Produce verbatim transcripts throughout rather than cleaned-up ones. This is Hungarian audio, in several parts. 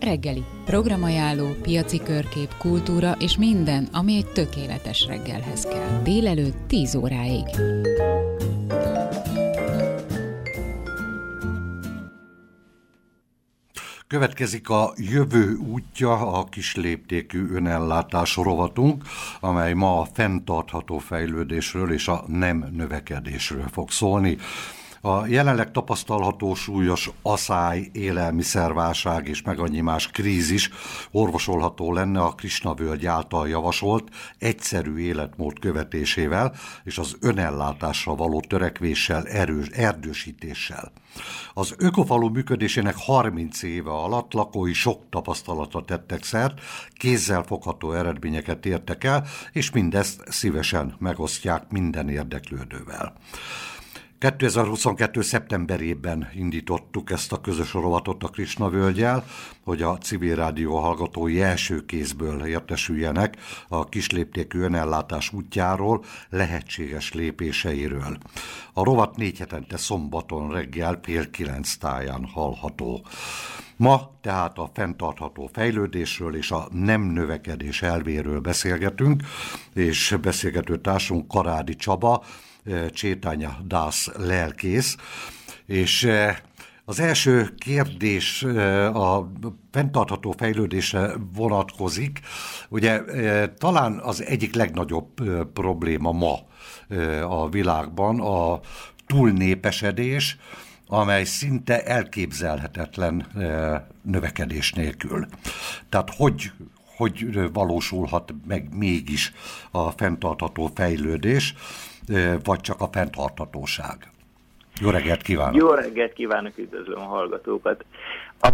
Reggeli. Programajánló, piaci körkép, kultúra és minden, ami egy tökéletes reggelhez kell. Délelőtt tíz óráig. Következik a Jövő útja, a kisléptékű önellátás rovatunk, amely ma a fenntartható fejlődésről és a nem növekedésről fog szólni. A jelenleg tapasztalható súlyos aszály, élelmiszerválság és meg annyi más krízis orvosolható lenne a Krisna-völgy által javasolt egyszerű életmód követésével és az önellátásra való törekvéssel, erős, erdősítéssel. Az ökofalu működésének harminc éve alatt lakói sok tapasztalatra tettek szert, kézzel fogható eredményeket értek el, és mindezt szívesen megosztják minden érdeklődővel. kétezer-huszonkettő. szeptemberében indítottuk ezt a közös rovatot a Krisna-völgyel, hogy a civil rádió hallgatói első kézből értesüljenek a kisléptékű önellátás útjáról, lehetséges lépéseiről. A rovat négy hetente szombaton reggel fél kilenc táján hallható. Ma tehát a fenntartható fejlődésről és a nem növekedés elvéről beszélgetünk, és beszélgető társunk Karádi Csaba, Csétánya Dász lelkész, és az első kérdés a fenntartható fejlődésre vonatkozik. Ugye talán az egyik legnagyobb probléma ma a világban a túlnépesedés, amely szinte elképzelhetetlen növekedés nélkül. Tehát hogy, hogy valósulhat meg mégis a fenntartható fejlődés, vagy csak a fenntarthatóság? Jó reggelt kívánok! Jó reggelt kívánok, üdvözlöm a hallgatókat! A,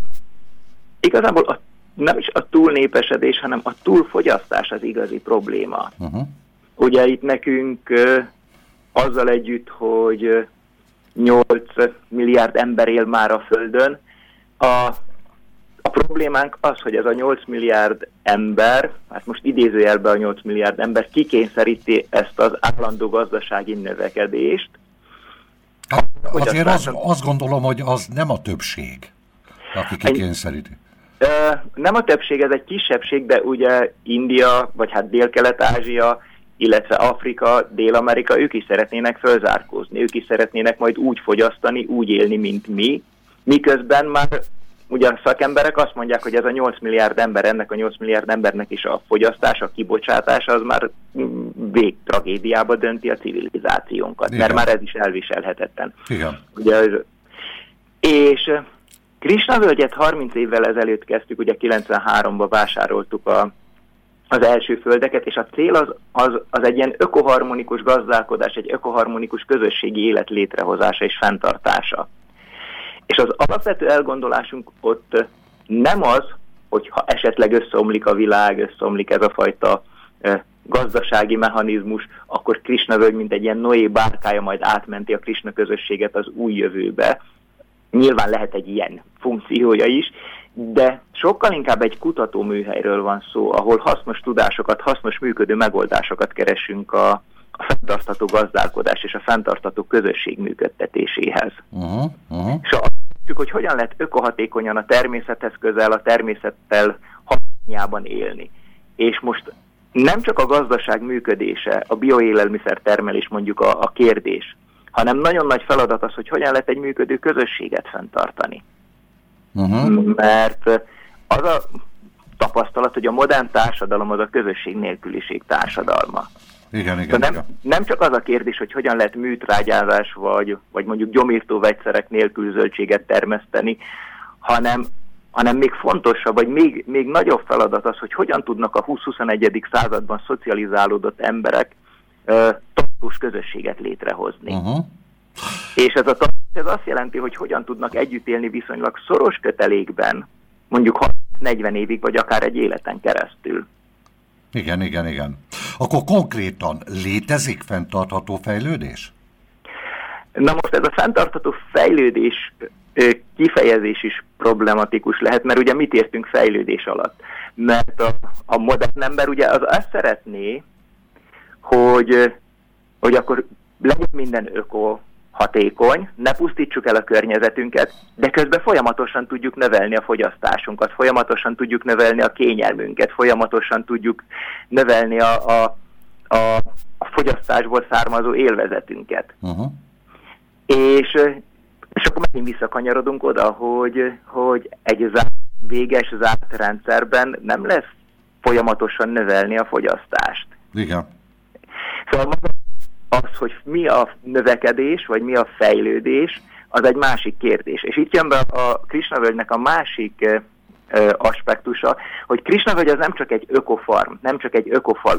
igazából a, nem is a túlnépesedés, hanem a túlfogyasztás az igazi probléma. Uh-huh. Ugye itt nekünk uh, azzal együtt, hogy uh, nyolc milliárd ember él már a Földön, a A problémánk az, hogy ez a nyolc milliárd ember, hát most idézőjelben a nyolc milliárd ember kikényszeríti ezt az állandó gazdasági növekedést. Azért az, azt gondolom, hogy az nem a többség, aki kikényszeríti. Nem a többség, ez egy kisebbség, de ugye India, vagy hát Dél-Kelet-Ázsia, illetve Afrika, Dél-Amerika, ők is szeretnének fölzárkózni, ők is szeretnének majd úgy fogyasztani, úgy élni, mint mi, miközben már ugye a szakemberek azt mondják, hogy ez a nyolc milliárd ember, ennek a nyolc milliárd embernek is a fogyasztása, a kibocsátása az már végtragédiába dönti a civilizációnkat, igen, mert már ez is elviselhetetlen. Igen. Ugye, és Krisna-völgyet harminc évvel ezelőtt kezdtük, ugye kilencvenháromban vásároltuk a, az első földeket, és a cél az, az, az egy ilyen ökoharmonikus gazdálkodás, egy ökoharmonikus közösségi élet létrehozása és fenntartása. És az alapvető elgondolásunk ott nem az, hogy ha esetleg összeomlik a világ, összeomlik ez a fajta eh, gazdasági mechanizmus, akkor Krisna-völgy, mint egy ilyen Noé bárkája majd átmenti a Krisna közösséget az új jövőbe. Nyilván lehet egy ilyen funkciója is, de sokkal inkább egy kutatóműhelyről van szó, ahol hasznos tudásokat, hasznos működő megoldásokat keresünk a, a fenntartható gazdálkodás és a fenntartható közösség működtetéséhez. Uh-huh, uh-huh. És azt tudjuk, hogy hogyan lehet ökohatékonyan a természethez közel, a természettel harmóniában élni. És most nem csak a gazdaság működése, a bioélelmiszer termelés mondjuk a, a kérdés, hanem nagyon nagy feladat az, hogy hogyan lehet egy működő közösséget fenntartani. Uh-huh. Mert az a tapasztalat, hogy a modern társadalom az a közösség nélküliség társadalma. Igen, igen, nem, igen. nem csak az a kérdés, hogy hogyan lehet műtrágyázás, vagy, vagy mondjuk gyomírtó vegyszerek nélkül zöldséget termeszteni, hanem, hanem még fontosabb, vagy még, még nagyobb feladat az, hogy hogyan tudnak a húsz-huszonegyedik században szocializálódott emberek uh, tartós közösséget létrehozni. Uh-huh. És ez, a, ez azt jelenti, hogy hogyan tudnak együtt élni viszonylag szoros kötelékben, mondjuk harminc-negyven évig, vagy akár egy életen keresztül. Igen, igen, igen. Akkor konkrétan létezik fenntartható fejlődés? Na most ez a fenntartható fejlődés kifejezés is problematikus lehet, mert ugye mit értünk fejlődés alatt? Mert a, a modern ember ugye az azt szeretné, hogy, hogy akkor legyen minden öko, hatékony, ne pusztítsuk el a környezetünket, de közben folyamatosan tudjuk növelni a fogyasztásunkat, folyamatosan tudjuk növelni a kényelmünket, folyamatosan tudjuk növelni a, a, a, a fogyasztásból származó élvezetünket. Uh-huh. És, és akkor megint visszakanyarodunk oda, hogy, hogy egy zárt, véges zárt rendszerben nem lesz folyamatosan növelni a fogyasztást. Igen. Szóval az, hogy mi a növekedés, vagy mi a fejlődés, az egy másik kérdés. És itt jön be a Krisnavölgynek a másik ö, aspektusa, hogy Krisnavölgy az nem csak egy ökofarm, nem csak egy ökofalu.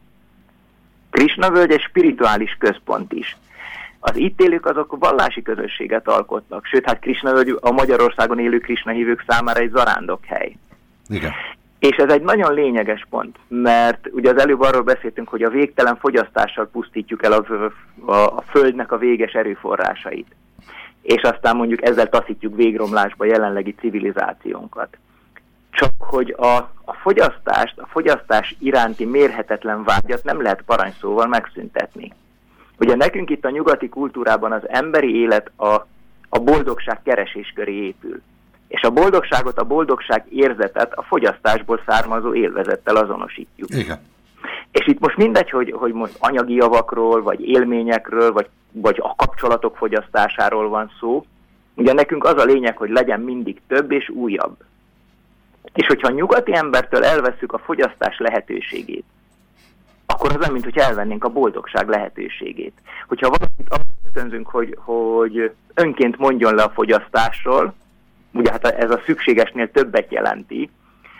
Krisnavölgy egy spirituális központ is. Az itt élők azok vallási közösséget alkotnak, sőt, hát Krisnavölgy a Magyarországon élő Krisna hívők számára egy zarándokhely. Igen. És ez egy nagyon lényeges pont, mert ugye az előbb arról beszéltünk, hogy a végtelen fogyasztással pusztítjuk el a, a, a Földnek a véges erőforrásait. És aztán mondjuk ezzel taszítjuk végromlásba jelenlegi civilizációnkat. Csak hogy a, a fogyasztást, a fogyasztás iránti mérhetetlen vágyat nem lehet parancsszóval megszüntetni. Ugye nekünk itt a nyugati kultúrában az emberi élet a, a boldogság keresés köré épül. És a boldogságot, a boldogság érzetet a fogyasztásból származó élvezettel azonosítjuk. Igen. És itt most mindegy, hogy, hogy most anyagi javakról, vagy élményekről, vagy, vagy a kapcsolatok fogyasztásáról van szó. Ugye nekünk az a lényeg, hogy legyen mindig több és újabb. És hogyha a nyugati embertől elvesszük a fogyasztás lehetőségét, akkor az nem, mint hogy elvennénk a boldogság lehetőségét. Hogyha valamit azt ösztönzünk, hogy, hogy önként mondjon le a fogyasztásról, ugye hát ez a szükségesnél többet jelenti,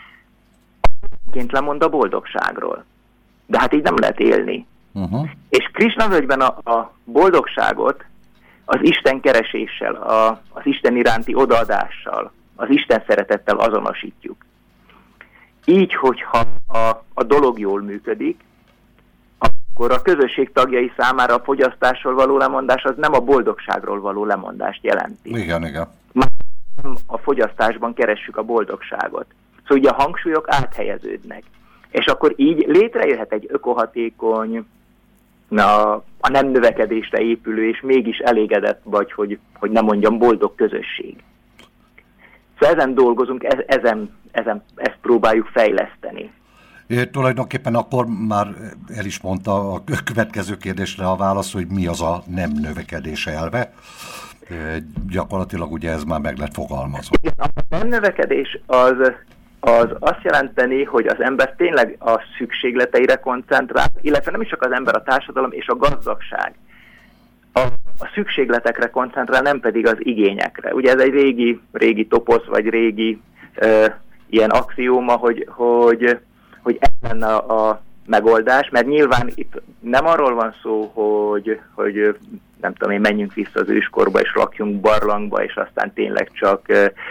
önként lemond a boldogságról. De hát így nem lehet élni. Uh-huh. És Krisnavölgyben a, a boldogságot az Isten kereséssel, a, az Isten iránti odaadással, az Isten szeretettel azonosítjuk. Így, hogyha a, a dolog jól működik, akkor a közösség tagjai számára a fogyasztásról való lemondás az nem a boldogságról való lemondást jelenti. Igen, igen. Már a fogyasztásban keressük a boldogságot. Szóval ugye a hangsúlyok áthelyeződnek. És akkor így létrejöhet egy ökohatékony, na, a nem növekedésre épülő, és mégis elégedett vagy, hogy, hogy nem mondjam, boldog közösség. Szóval ezen dolgozunk, ez, ezen, ezen, ezt próbáljuk fejleszteni. É, tulajdonképpen akkor már el is mondta a következő kérdésre a válasz, hogy mi az a nem növekedés elve. É, gyakorlatilag ugye ez már meg lett fogalmazva. Igen, a nem növekedés az, az azt jelenteni, hogy az ember tényleg a szükségleteire koncentrál, illetve nem is csak az ember, a társadalom és a gazdagság. A, a szükségletekre koncentrál, nem pedig az igényekre. Ugye ez egy régi, régi toposz, vagy régi ö, ilyen axióma, hogy, hogy hogy ez lenne a megoldás, mert nyilván itt nem arról van szó, hogy, hogy nem tudom én, menjünk vissza az őskorba, és rakjunk barlangba, és aztán tényleg csak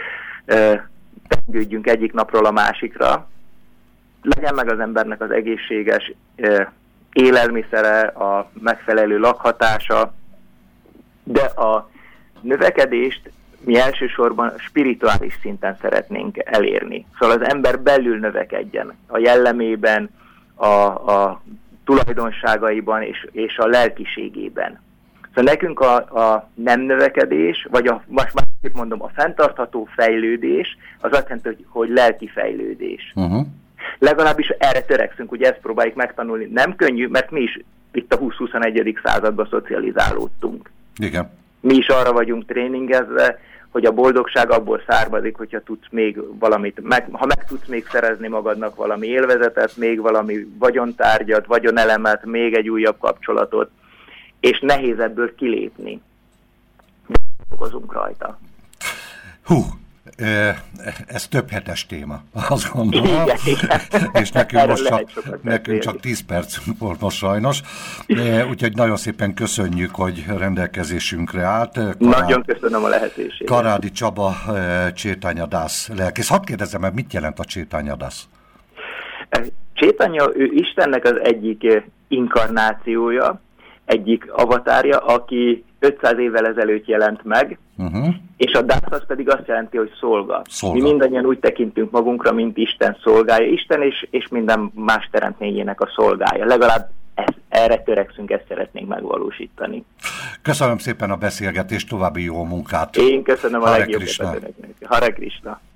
tengődjünk egyik napról a másikra. Legyen meg az embernek az egészséges ö, élelmiszere, a megfelelő lakhatása, de a növekedést mi elsősorban spirituális szinten szeretnénk elérni. Szóval az ember belül növekedjen a jellemében, a, a tulajdonságaiban és, és a lelkiségében. Szóval nekünk a, a nem növekedés, vagy a, most másképp mondom, a fenntartható fejlődés, az azt jelenti, hogy, hogy lelki fejlődés. Uh-huh. Legalábbis erre törekszünk, ugye ezt próbáljuk megtanulni. Nem könnyű, mert mi is itt a húsz-huszonegyedik században szocializálódtunk. Igen. Mi is arra vagyunk tréningezve, hogy a boldogság abból származik, hogyha tudsz még valamit, meg, ha meg tudsz még szerezni magadnak valami élvezetet, még valami vagyontárgyat, vagyonelemet, még egy újabb kapcsolatot, és nehéz ebből kilépni. De dolgozunk rajta. Hú, ez több hetes téma, azt gondolom. Igen, igen. És nekünk, most csak, nekünk csak tíz percünk volt most sajnos. Úgyhogy nagyon szépen köszönjük, hogy rendelkezésünkre állt. Karád, nagyon köszönöm a lehetőséget. Karádi Csaba, Csétanya-dász lelkész. Hadd kérdezzem meg, mit jelent a Csétanya-dász? Csétanya, ő Istennek az egyik inkarnációja, egyik avatárja, aki ötszáz évvel ezelőtt jelent meg, uh-huh. és a dász az pedig azt jelenti, hogy szolga. szolga. Mi mindannyian úgy tekintünk magunkra, mint Isten szolgája. Isten és, és minden más teremtményének a szolgája. Legalább ezt, erre törekszünk, ezt szeretnénk megvalósítani. Köszönöm szépen a beszélgetést, további jó munkát! Én köszönöm a Hare legjobb Krishna. önöknek. Hare Krishna!